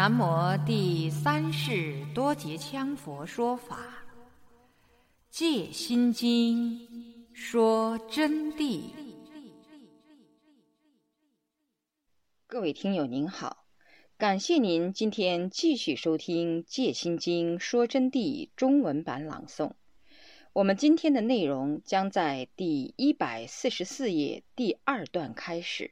南无第三世多杰羌佛说法，戒心经说真谛。 各位听友您好，感谢您今天继续收听戒心经说真谛中文版朗诵。我们今天的内容将在第144页第2段开始。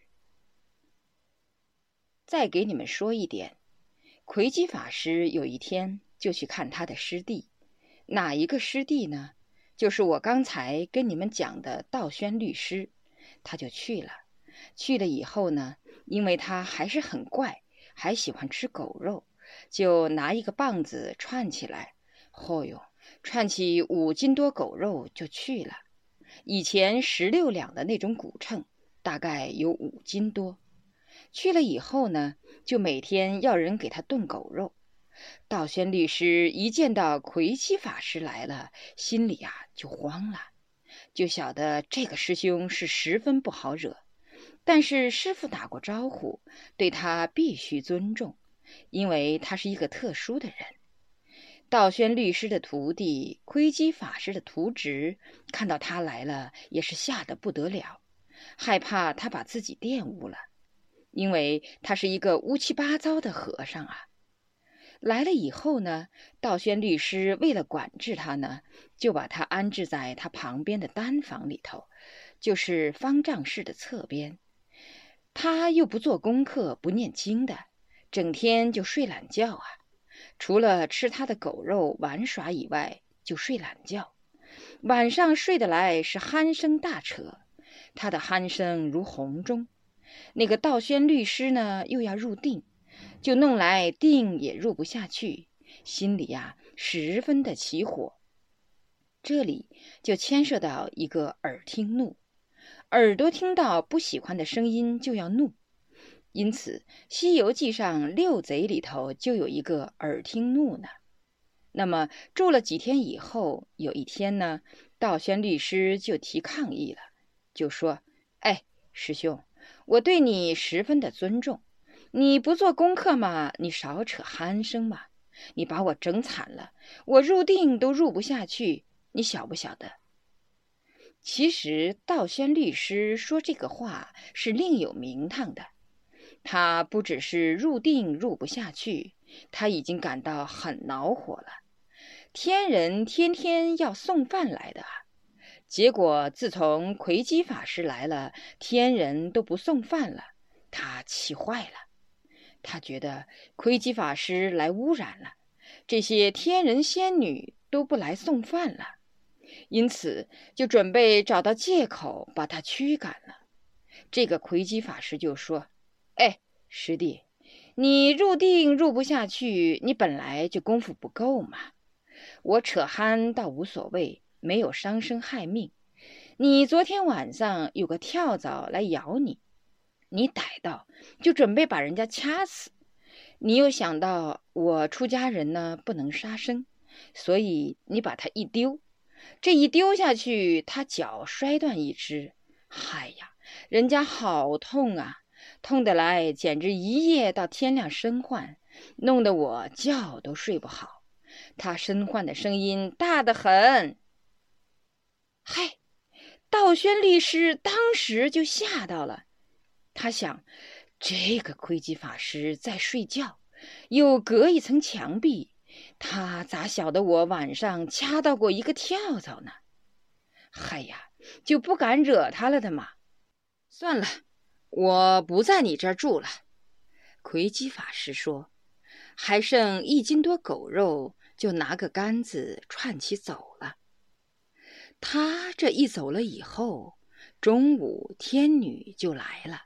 再给你们说一点，奎基法师有一天就去看他的师弟。哪一个师弟呢？就是我刚才跟你们讲的道宣律师。他就去了以后呢，因为他还是很怪，还喜欢吃狗肉，就拿一个棒子串起来，串起5斤多狗肉就去了。以前16两的那种骨秤，大概有5斤多。去了以后呢，就每天要人给他炖狗肉。道宣律师一见到奎基法师来了，心里就慌了，就晓得这个师兄是十分不好惹。但是师父打过招呼，对他必须尊重，因为他是一个特殊的人。道宣律师的徒弟奎基法师的徒侄看到他来了，也是吓得不得了，害怕他把自己玷污了，因为他是一个乌七八糟的和尚啊。来了以后呢，道宣律师为了管制他呢，就把他安置在他旁边的单房里头，就是方丈室的侧边。他又不做功课，不念经的，整天就睡懒觉啊。除了吃他的狗肉玩耍以外，就睡懒觉。晚上睡得来是鼾声大扯，他的鼾声如洪钟。那个道宣律师呢，又要入定，就弄来定也入不下去，心里十分的起火。这里就牵涉到一个耳听怒，耳朵听到不喜欢的声音就要怒。因此西游记上6贼里头就有一个耳听怒呢。那么住了几天以后，有一天呢，道宣律师就提抗议了，就说：师兄，我对你十分的尊重，你不做功课嘛，你少扯鼾声嘛，你把我整惨了，我入定都入不下去，你晓不晓得？其实道宣律师说这个话是另有名堂的，他不只是入定入不下去，他已经感到很恼火了。天人天天要送饭来的结果自从奎基法师来了，天人都不送饭了，他气坏了。他觉得奎基法师来污染了，这些天人仙女都不来送饭了，因此就准备找到借口把他驱赶了。这个奎基法师就说：师弟，你入定入不下去，你本来就功夫不够嘛。我扯鼾倒无所谓，没有伤身害命。你昨天晚上有个跳蚤来咬你，你逮到就准备把人家掐死。你又想到我出家人呢不能杀生，所以你把它一丢，这一丢下去，他脚摔断一只。人家好痛啊，痛得来简直一夜到天亮身患，弄得我觉都睡不好。他身患的声音大得很。道宣律师当时就吓到了，他想，这个奎基法师在睡觉，又隔一层墙壁，他咋晓得我晚上掐到过一个跳蚤呢？就不敢惹他了的嘛。算了，我不在你这儿住了。奎基法师说，还剩1斤多狗肉，就拿个杆子串起走了。他这一走了以后，中午天女就来了。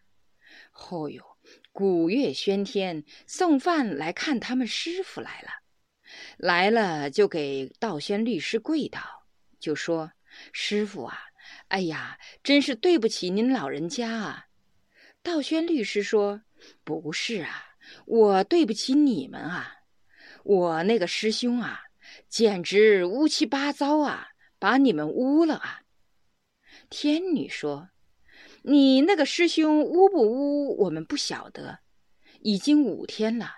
鼓乐喧天，送饭来看他们师父来了。来了就给道宣律师跪倒，就说：师父啊，真是对不起您老人家啊。道宣律师说：不是我对不起你们我那个师兄简直乌七八糟把你们污了天女说：你那个师兄污不污我们不晓得，已经5天了，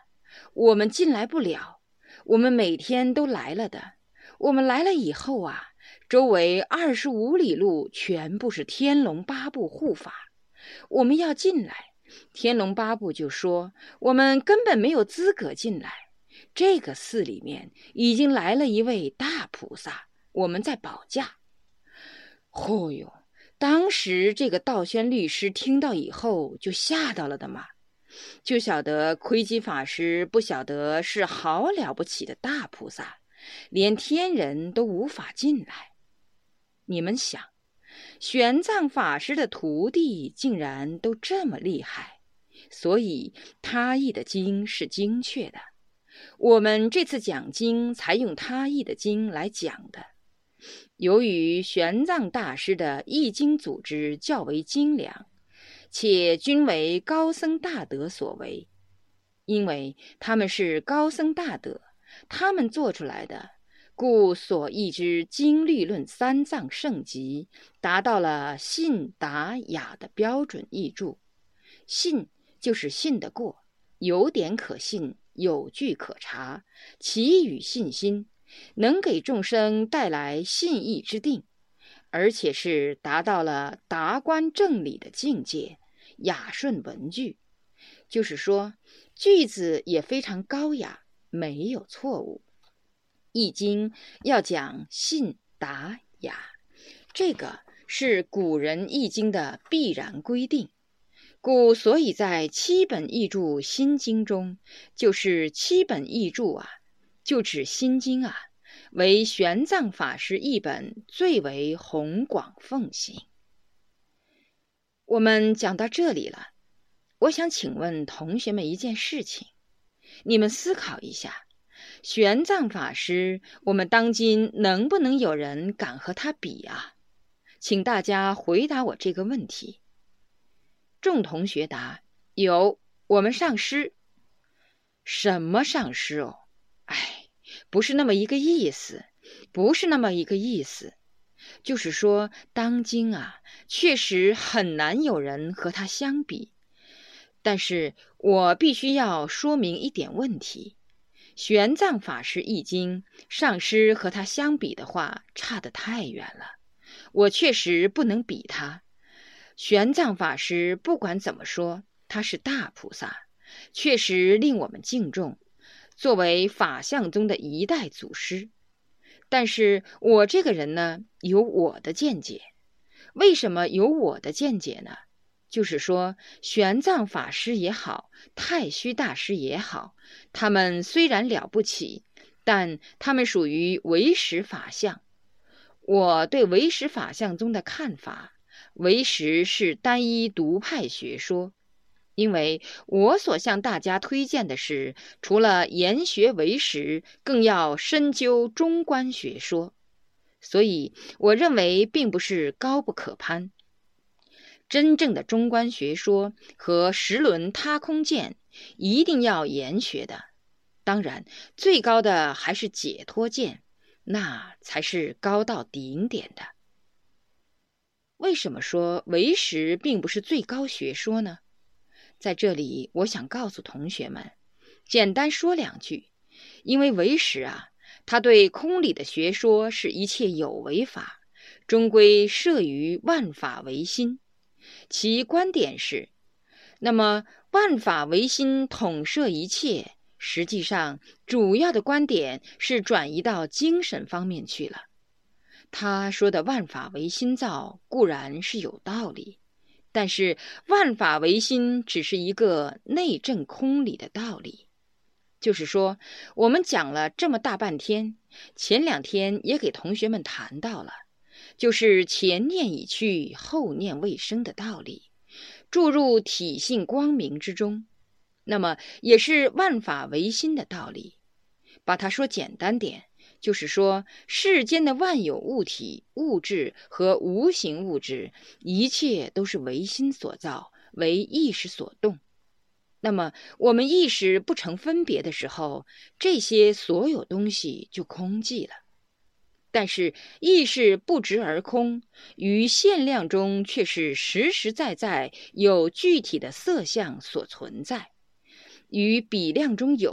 我们进来不了，我们每天都来了的。我们来了以后啊，周围25里路全部是天龙八部护法。我们要进来，天龙八部就说我们根本没有资格进来。这个寺里面已经来了一位大菩萨，我们在保驾。哦哟，当时这个道宣律师听到以后就吓到了的嘛，就晓得窥基法师不晓得是好了不起的大菩萨，连天人都无法进来。你们想，玄奘法师的徒弟竟然都这么厉害，所以他译的经是精确的。我们这次讲经才用他译的经来讲的。由于玄奘大师的译经组织较为精良，且均为高僧大德所为，因为他们是高僧大德，他们做出来的，故所译之经律论三藏圣集达到了信达雅的标准译注。信就是信得过，有点可信，有据可查，其与信心，能给众生带来信义之定，而且是达到了达观正理的境界，雅顺文句，就是说句子也非常高雅，没有错误。易经要讲信达雅，这个是古人易经的必然规定，故所以在七本译注心经中，就是七本译注啊，就指心经啊，为玄奘法师译本最为弘广奉行。我们讲到这里了，我想请问同学们一件事情，你们思考一下，玄奘法师，我们当今能不能有人敢和他比啊？请大家回答我这个问题。众同学答：有，我们上师。什么上师哦？不是那么一个意思，不是那么一个意思。就是说，当今啊，确实很难有人和他相比。但是我必须要说明一点问题，玄奘法师译经，上师和他相比的话，差得太远了。我确实不能比他。玄奘法师不管怎么说，他是大菩萨，确实令我们敬重，作为法相宗的一代祖师。但是我这个人呢，有我的见解。为什么有我的见解呢？就是说，玄奘法师也好，太虚大师也好，他们虽然了不起，但他们属于唯识法相。我对唯识法相宗的看法，唯识是单一独派学说，因为我所向大家推荐的是，除了研学唯识，更要深究中观学说，所以我认为并不是高不可攀。真正的中观学说和十轮他空见一定要研学的，当然最高的还是解脱见，那才是高到顶点的。为什么说唯识并不是最高学说呢？在这里我想告诉同学们，简单说两句。因为唯识啊，他对空理的学说是一切有为法，终归摄于万法唯心。其观点是，那么万法唯心统摄一切，实际上主要的观点是转移到精神方面去了。他说的万法唯心造固然是有道理，但是万法唯心只是一个内证空理的道理。就是说，我们讲了这么大半天，前2天也给同学们谈到了，就是前念已去，后念未生的道理，注入体性光明之中，那么也是万法唯心的道理。把它说简单点，就是说世间的万有物体、物质和无形物质，一切都是唯心所造，为意识所动。那么我们意识不成分别的时候，这些所有东西就空寂了。但是意识不执而空，于限量中却是实实在有具体的色相所存在，于比量中有，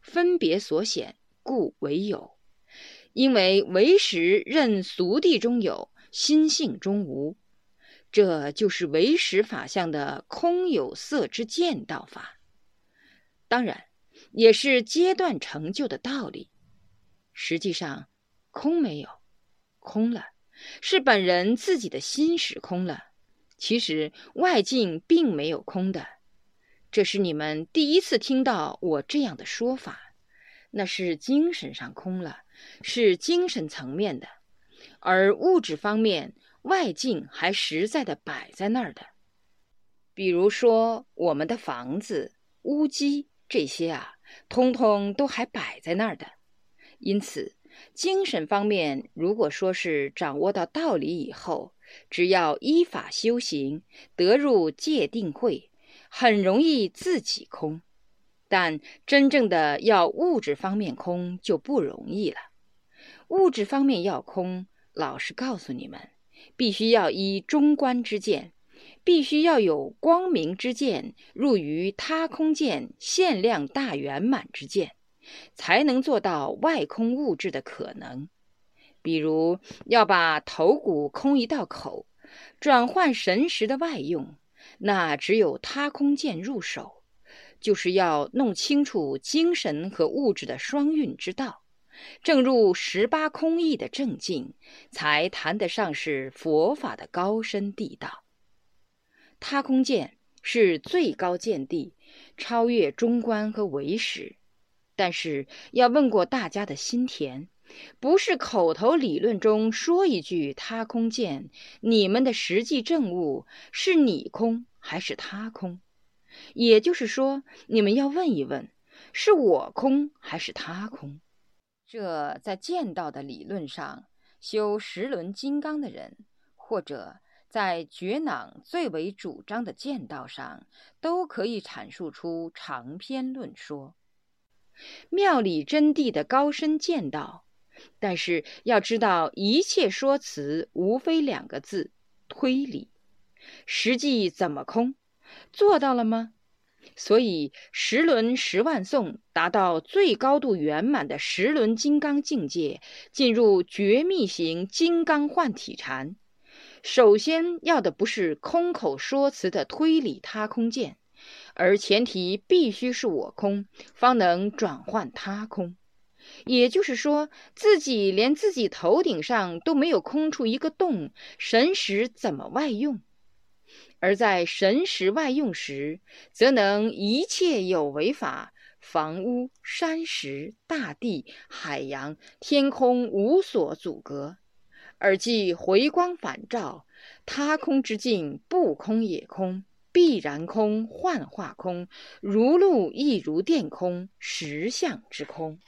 分别所显，故为有。因为唯识任俗谛中有，心性中无，这就是唯识法相的空有色之见道法。当然也是阶段成就的道理。实际上空没有，空了是本人自己的心使空了，其实外境并没有空的。这是你们第一次听到我这样的说法，那是精神上空了，是精神层面的，而物质方面外境还实在的摆在那儿的。比如说我们的房子、屋基这些通通都还摆在那儿的。因此精神方面如果说是掌握到道理以后，只要依法修行，得入戒定慧，很容易自己空。但真正的要物质方面空就不容易了。物质方面要空，老实告诉你们，必须要依中观之见，必须要有光明之见，入于他空见限量大圆满之见，才能做到外空物质的可能。比如要把头骨空一道口，转换神识的外用，那只有他空见入手，就是要弄清楚精神和物质的双运之道，正入18空义的正境，才谈得上是佛法的高深地道。他空见是最高见地，超越中观和唯识。但是要问过大家的心田，不是口头理论中说一句他空见，你们的实际证悟是你空还是他空？也就是说，你们要问一问，是我空还是他空？这在见道的理论上，修十轮金刚的人，或者在觉囊最为主张的见道上，都可以阐述出长篇论说。妙理真谛的高深见道，但是要知道一切说辞无非2个字：推理。实际怎么空？做到了吗？所以10轮10万颂达到最高度圆满的10轮金刚境界，进入绝密行金刚幻体禅，首先要的不是空口说辞的推理他空见，而前提必须是我空，方能转换他空。也就是说，自己连自己头顶上都没有空出一个洞，神识怎么外用？而在神识外用时，则能一切有为法，房屋、山石、大地、海洋、天空无所阻隔，而即回光返照，他空之境，不空也空，必然空，幻化空，如露亦如电空，实相之空。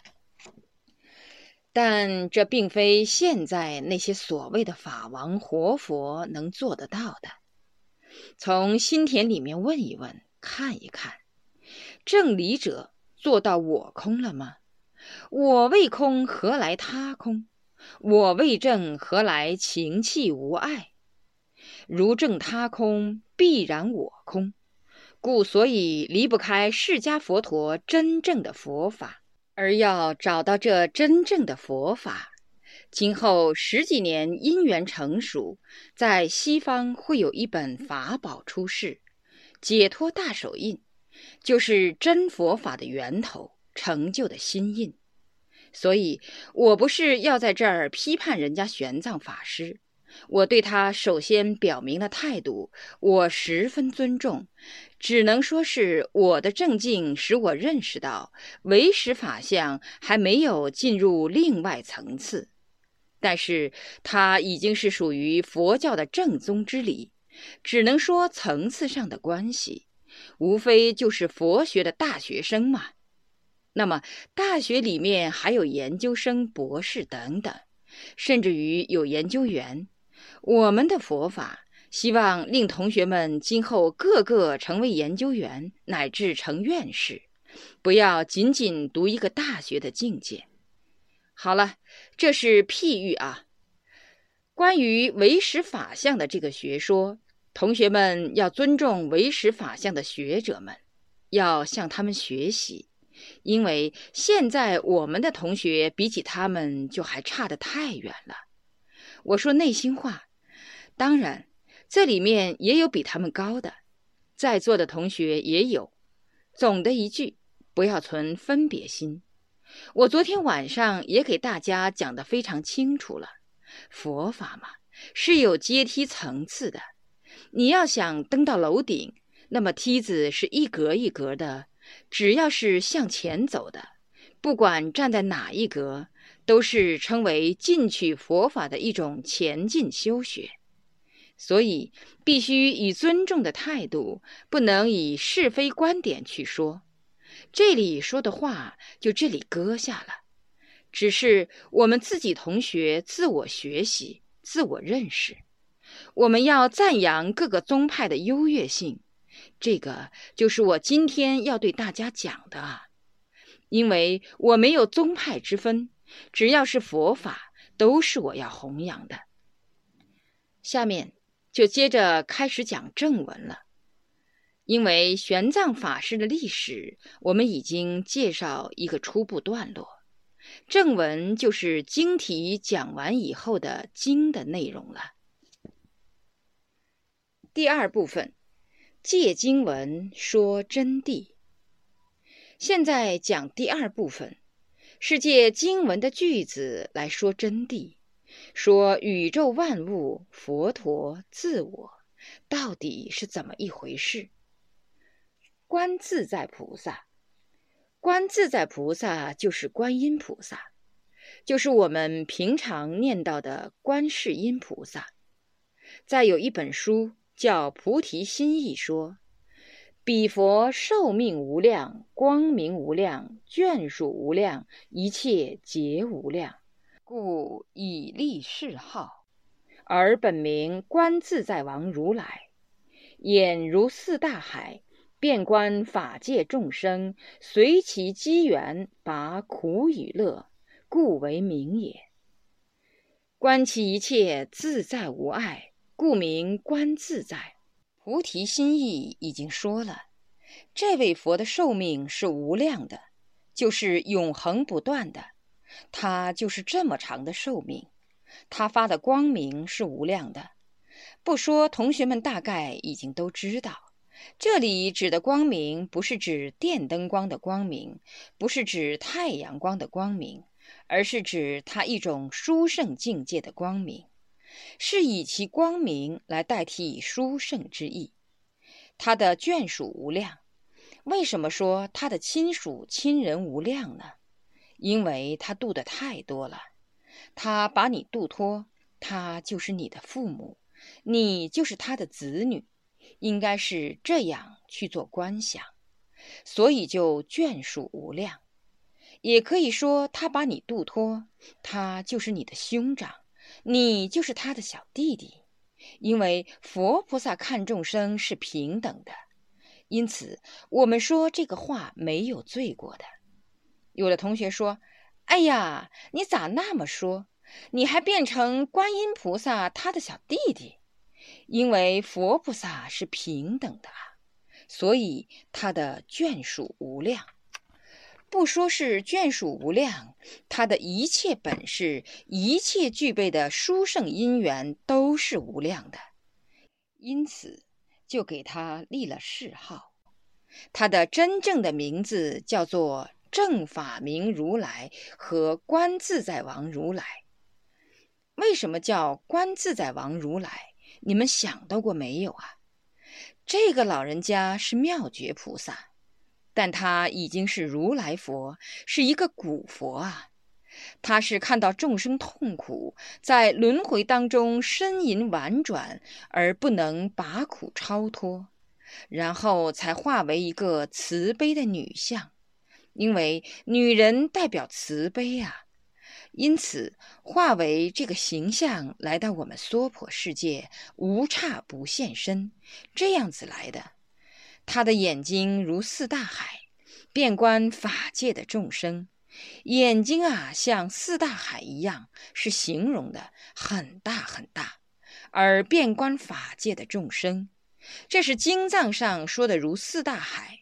但这并非现在那些所谓的法王活佛能做得到的。从心田里面问一问，看一看，正理者做到我空了吗？我未空，何来他空？我未正，何来情气无碍？如正他空，必然我空，故所以离不开释迦佛陀真正的佛法，而要找到这真正的佛法，今后10几年因缘成熟，在西方会有一本法宝出世，解脱大手印，就是真佛法的源头，成就的心印。所以我不是要在这儿批判人家玄奘法师，我对他首先表明了态度，我十分尊重，只能说是我的正境使我认识到唯识法相还没有进入另外层次，但是它已经是属于佛教的正宗之理，只能说层次上的关系，无非就是佛学的大学生嘛。那么大学里面还有研究生、博士等等，甚至于有研究员。我们的佛法希望令同学们今后个个成为研究员，乃至成院士，不要仅仅读一个大学的境界。好了，这是譬喻啊。关于唯识法相的这个学说，同学们要尊重唯识法相的学者们，要向他们学习， 因为现在我们的同学比起他们就还差得太远了。我说内心话，当然这里面也有比他们高的，在座的同学也有。总的一句，不要存分别心。我昨天晚上也给大家讲得非常清楚了，佛法嘛，是有阶梯层次的。你要想登到楼顶，那么梯子是一格一格的，只要是向前走的，不管站在哪一格，都是称为进取佛法的一种前进修学。所以必须以尊重的态度，不能以是非观点去说。这里说的话就这里搁下了，只是我们自己同学自我学习、自我认识。我们要赞扬各个宗派的优越性，这个就是我今天要对大家讲的啊。因为我没有宗派之分，只要是佛法，都是我要弘扬的。下面就接着开始讲正文了。因为玄奘法师的历史，我们已经介绍一个初步段落。正文就是经题讲完以后的经的内容了。第二部分，借经文说真谛。现在讲第二部分，是借经文的句子来说真谛，说宇宙万物、佛陀、自我到底是怎么一回事。观自在菩萨，观自在菩萨就是观音菩萨，就是我们平常念到的观世音菩萨。再有一本书叫《菩提心义》说，彼佛寿命无量，光明无量，眷属无量，一切皆无量，故以立是号，而本名观自在王如来。眼如四大海，遍观法界众生，随其机缘拔苦与乐，故为名也。观其一切自在无碍，故名观自在。菩提心义已经说了，这位佛的寿命是无量的，就是永恒不断的，他就是这么长的寿命。他发的光明是无量的，不说同学们大概已经都知道，这里指的光明不是指电灯光的光明，不是指太阳光的光明，而是指它一种殊胜境界的光明，是以其光明来代替殊胜之意。它的眷属无量。为什么说他的亲属亲人无量呢？因为他度得太多了。他把你度脱，他就是你的父母，你就是他的子女，应该是这样去做观想，所以就眷属无量。也可以说他把你度脱，他就是你的兄长，你就是他的小弟弟。因为佛菩萨看众生是平等的，因此我们说这个话没有罪过的。有的同学说，哎呀，你咋那么说？你还变成观音菩萨他的小弟弟。因为佛菩萨是平等的，所以他的眷属无量。不说是眷属无量，他的一切本事，一切具备的殊胜因缘都是无量的，因此就给他立了谥号。他的真正的名字叫做正法明如来和观自在王如来。为什么叫观自在王如来？你们想到过没有啊？这个老人家是妙觉菩萨，但他已经是如来佛，是一个古佛啊。他是看到众生痛苦，在轮回当中呻吟婉转，而不能拔苦超脱，然后才化为一个慈悲的女相。因为女人代表慈悲啊，因此化为这个形象来到我们娑婆世界，无刹不现身，这样子来的。他的眼睛如四大海，遍观法界的众生。眼睛啊，像四大海一样，是形容的很大很大，而遍观法界的众生，这是经藏上说的如四大海。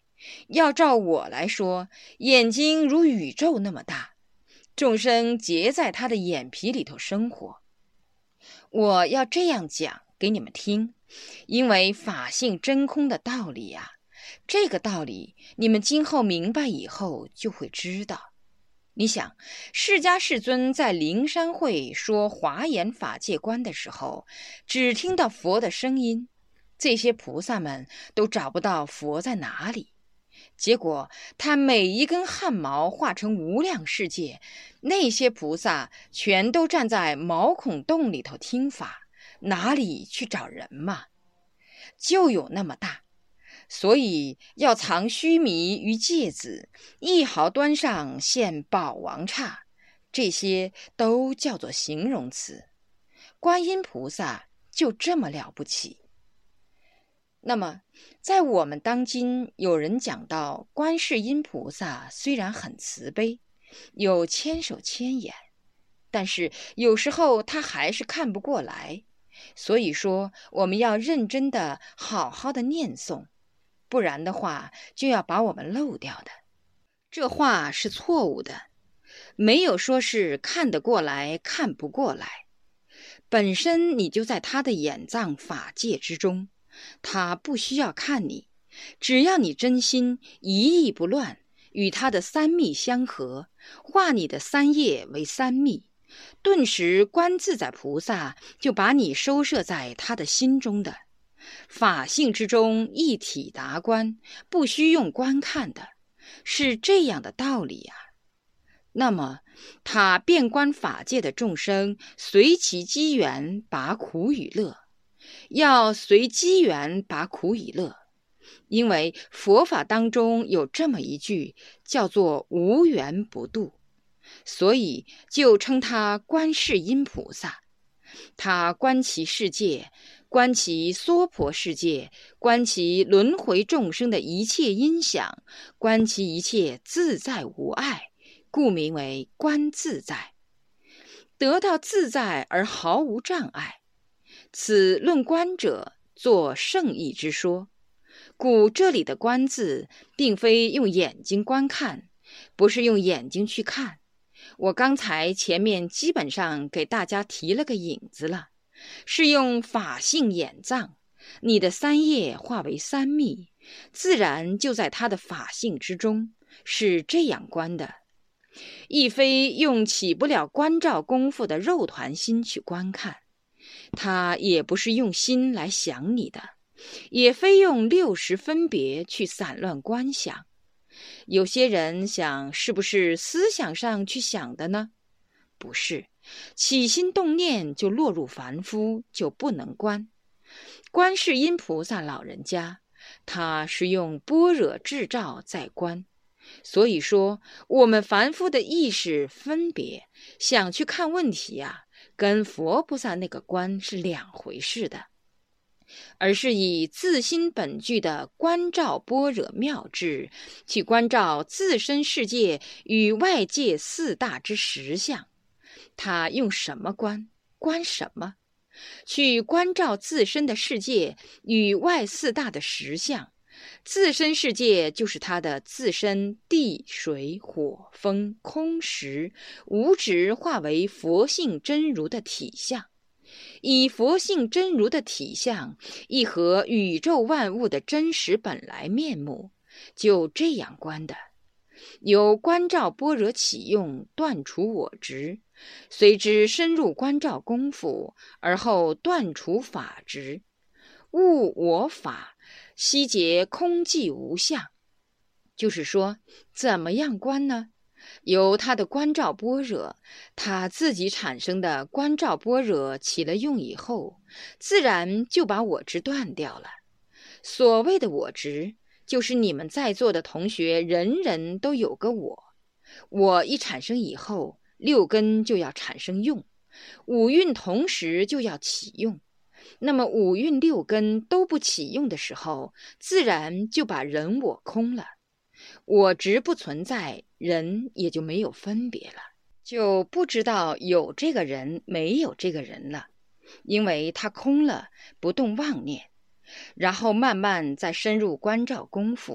要照我来说，眼睛如宇宙那么大，众生结在他的眼皮里头生活。我要这样讲给你们听，因为法性真空的道理啊，这个道理你们今后明白以后就会知道。你想，释迦世尊在灵山会说华严法界观的时候，只听到佛的声音，这些菩萨们都找不到佛在哪里。结果他每一根汗毛化成无量世界，那些菩萨全都站在毛孔洞里头听法，哪里去找人嘛？就有那么大。所以要藏须弥于芥子，一毫端上现宝王刹，这些都叫做形容词。观音菩萨就这么了不起。那么在我们当今，有人讲到观世音菩萨虽然很慈悲，有千手千眼，但是有时候他还是看不过来。所以说我们要认真的好好的念诵，不然的话就要把我们漏掉的。这话是错误的，没有说是看得过来看不过来，本身你就在他的眼藏法界之中，他不需要看你，只要你真心一意不乱，与他的三密相合，化你的三业为三密，顿时观自在菩萨就把你收摄在他的心中的法性之中，一体达观，不需用观看的，是这样的道理啊。那么他遍观法界的众生，随其机缘拔苦与乐，要随机缘拔苦与乐，因为佛法当中有这么一句叫做无缘不度，所以就称他观世音菩萨。他观其世界，观其娑婆世界，观其轮回众生的一切因想，观其一切自在无碍，故名为观自在。得到自在而毫无障碍，此论观者作圣义之说。故这里的观字并非用眼睛观看，不是用眼睛去看，我刚才前面基本上给大家提了个影子了，是用法性眼藏，你的三业化为三密，自然就在它的法性之中，是这样观的。亦非用起不了观照功夫的肉团心去观看，它也不是用心来想你的，也非用60分别去散乱观想。有些人想是不是思想上去想的呢？不是，起心动念就落入凡夫，就不能观。观世音菩萨老人家，他是用般若智照在观，所以说我们凡夫的意识分别想去看问题啊，跟佛菩萨那个观是两回事的，而是以自心本具的观照般若妙智，去观照自身世界与外界四大之实相。他用什么观？观什么？去关照自身的世界与外四大的实相。自身世界就是他的自身地水火风空识无执化为佛性真如的体相，以佛性真如的体相一合宇宙万物的真实本来面目，就这样观的。由观照般若起用，断除我执，随之深入观照功夫，而后断除法执，悟我法，悉结空寂无相。就是说怎么样观呢？由他的观照般若，他自己产生的观照般若起了用以后，自然就把我执断掉了。所谓的我执，就是你们在座的同学人人都有个我一产生以后，6根就要产生用，5蕴同时就要起用。那么5蕴6根都不起用的时候，自然就把人我空了，我执不存在，人也就没有分别了，就不知道有这个人没有这个人了，因为他空了，不动妄念。然后慢慢再深入观照功夫，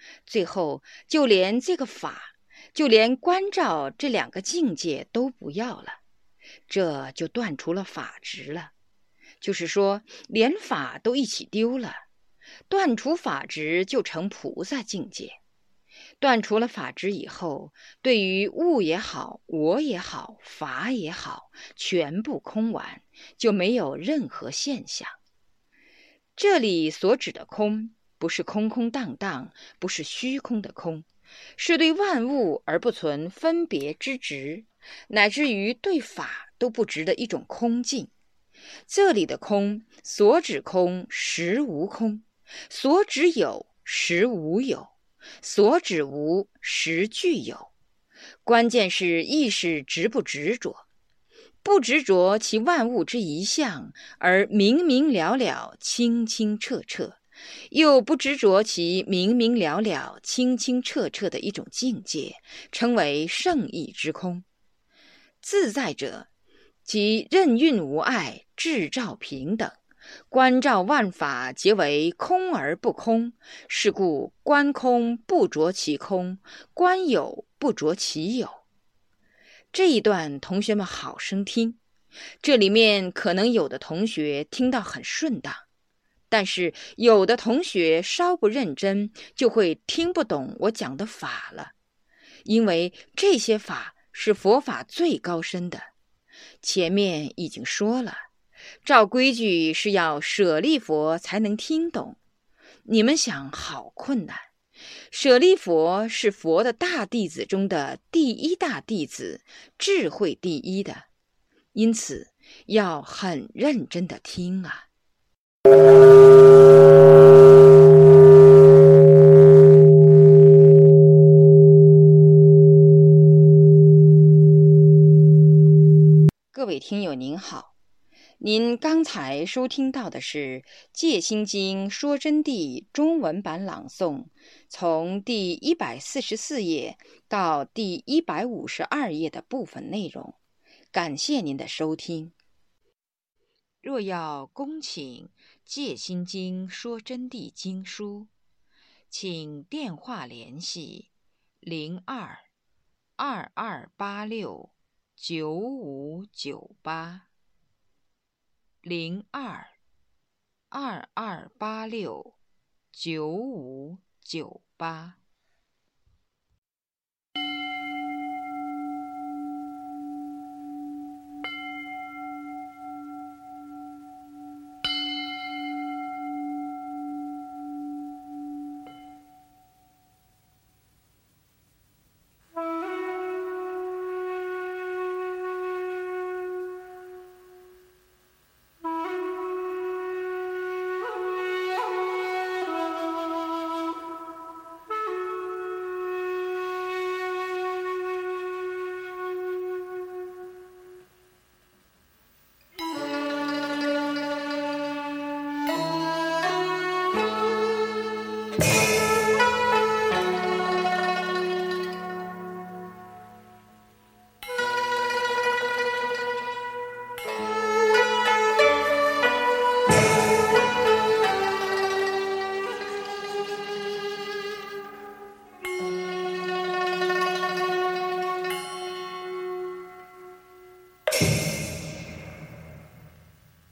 最后就连这个法，就连观照这两个境界都不要了，这就断除了法执了。就是说，连法都一起丢了，断除法执就成菩萨境界。断除了法执以后，对于物也好，我也好，法也好，全部空完，就没有任何现象。这里所指的空，不是空空荡荡，不是虚空的空，是对万物而不存分别之执，乃至于对法都不执的一种空境。这里的空，所指空实无空，所指有实无有，所指无实具有。关键是意识执不执着，不执着其万物之一相，而明明了了、清清澈澈，又不执着其明明了了、清清澈澈的一种境界，称为圣意之空。自在者，即任运无碍，智照平等，观照万法皆为空而不空，是故观空不着其空，观有不着其有。这一段同学们好生听，这里面可能有的同学听到很顺当，但是有的同学稍不认真，就会听不懂我讲的法了。因为这些法是佛法最高深的，前面已经说了，照规矩是要舍利佛才能听懂。你们想，好困难。舍利佛是佛的大弟子中的第一大弟子，智慧第一的，因此要很认真的听啊。各位听友您好，您刚才收听到的是《戒心经说真谛》中文版朗诵，从第144页到第152页的部分内容。感谢您的收听。若要恭请《戒心经说真谛》经书，请电话联系02-2286-9598 02-2286-9598。